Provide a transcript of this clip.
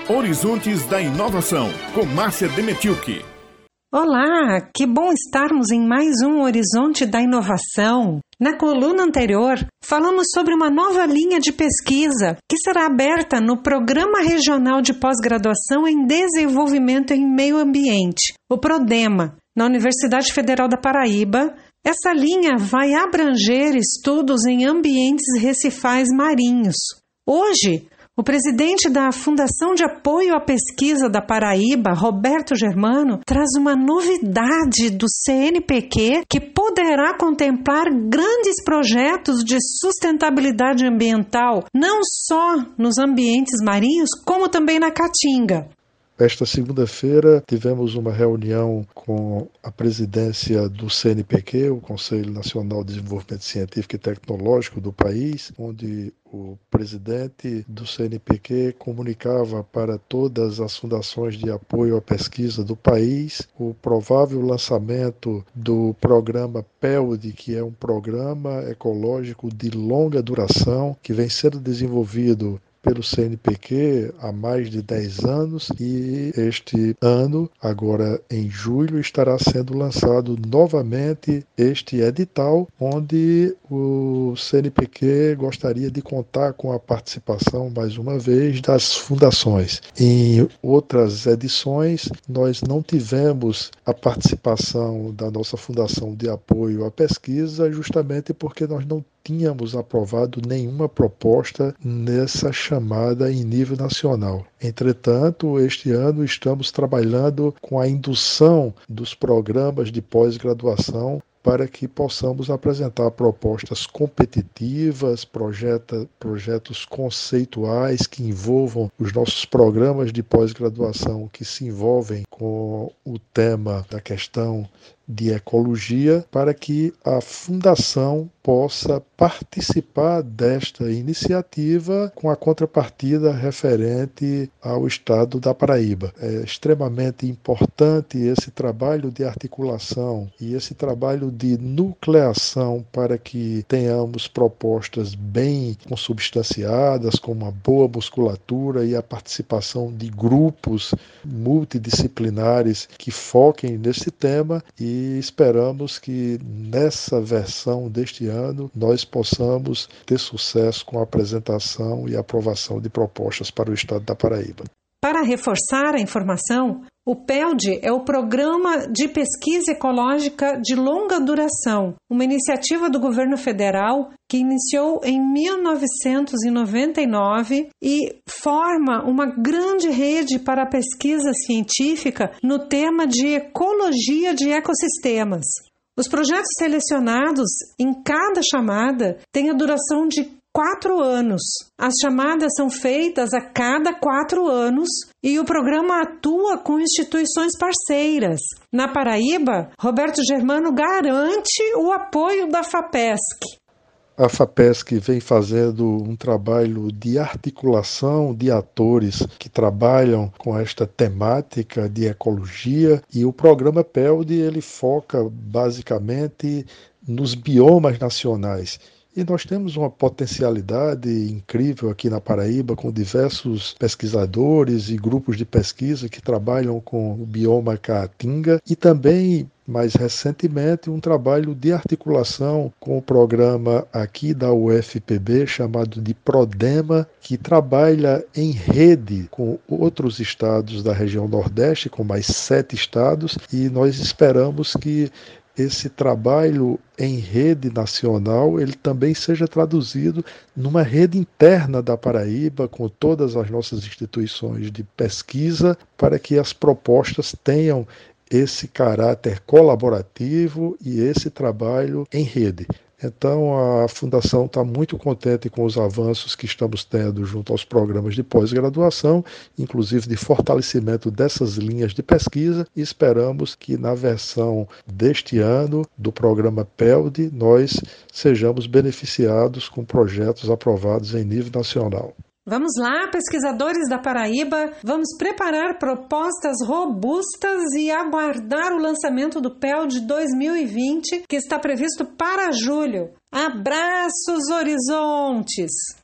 Horizontes da Inovação, com Márcia Demetilke. Olá, que bom estarmos em mais um Horizonte da Inovação. Na coluna anterior, falamos sobre uma nova linha de pesquisa que será aberta no Programa Regional de Pós-Graduação em Desenvolvimento em Meio Ambiente, o PRODEMA, na Universidade Federal da Paraíba. Essa linha vai abranger estudos em ambientes recifais marinhos. Hoje, o presidente da Fundação de Apoio à Pesquisa da Paraíba, Roberto Germano, traz uma novidade do CNPq que poderá contemplar grandes projetos de sustentabilidade ambiental, não só nos ambientes marinhos, como também na Caatinga. Esta segunda-feira tivemos uma reunião com a presidência do CNPq, o Conselho Nacional de Desenvolvimento Científico e Tecnológico do país, onde o presidente do CNPq comunicava para todas as fundações de apoio à pesquisa do país o provável lançamento do programa PELD, que é um programa ecológico de longa duração que vem sendo desenvolvido pelo CNPq há mais de 10 anos e este ano, agora em julho, estará sendo lançado novamente este edital, onde o CNPq gostaria de contar com a participação, mais uma vez, das fundações. Em outras edições, nós não tivemos a participação da nossa Fundação de Apoio à Pesquisa, justamente porque nós não tínhamos aprovado nenhuma proposta nessa chamada em nível nacional. Entretanto, este ano estamos trabalhando com a indução dos programas de pós-graduação para que possamos apresentar propostas competitivas, projetos conceituais que envolvam os nossos programas de pós-graduação que se envolvem com o tema da questão de ecologia, para que a Fundação possa participar desta iniciativa com a contrapartida referente ao estado da Paraíba. É extremamente importante esse trabalho de articulação e esse trabalho de nucleação para que tenhamos propostas bem consubstanciadas, com uma boa musculatura e a participação de grupos multidisciplinares que foquem nesse tema, e esperamos que nessa versão deste ano nós possamos ter sucesso com a apresentação e aprovação de propostas para o estado da Paraíba. Para reforçar a informação, o PELD é o Programa de Pesquisa Ecológica de Longa Duração, uma iniciativa do governo federal que iniciou em 1999 e forma uma grande rede para a pesquisa científica no tema de ecologia de ecossistemas. Os projetos selecionados em cada chamada têm a duração de 4 anos. As chamadas são feitas a cada 4 anos e o programa atua com instituições parceiras. Na Paraíba, Roberto Germano garante o apoio da FAPESC. A FAPESC vem fazendo um trabalho de articulação de atores que trabalham com esta temática de ecologia, e o programa PELD ele foca basicamente nos biomas nacionais. E nós temos uma potencialidade incrível aqui na Paraíba, com diversos pesquisadores e grupos de pesquisa que trabalham com o bioma Caatinga, e também, mais recentemente, um trabalho de articulação com o programa aqui da UFPB, chamado de PRODEMA, que trabalha em rede com outros estados da região Nordeste, com mais 7 estados, e nós esperamos que esse trabalho em rede nacional ele também seja traduzido numa rede interna da Paraíba, com todas as nossas instituições de pesquisa, para que as propostas tenham esse caráter colaborativo e esse trabalho em rede. Então, a Fundação está muito contente com os avanços que estamos tendo junto aos programas de pós-graduação, inclusive de fortalecimento dessas linhas de pesquisa, e esperamos que na versão deste ano do programa PELD nós sejamos beneficiados com projetos aprovados em nível nacional. Vamos lá, pesquisadores da Paraíba, vamos preparar propostas robustas e aguardar o lançamento do PELD 2020, que está previsto para julho. Abraços, horizontes!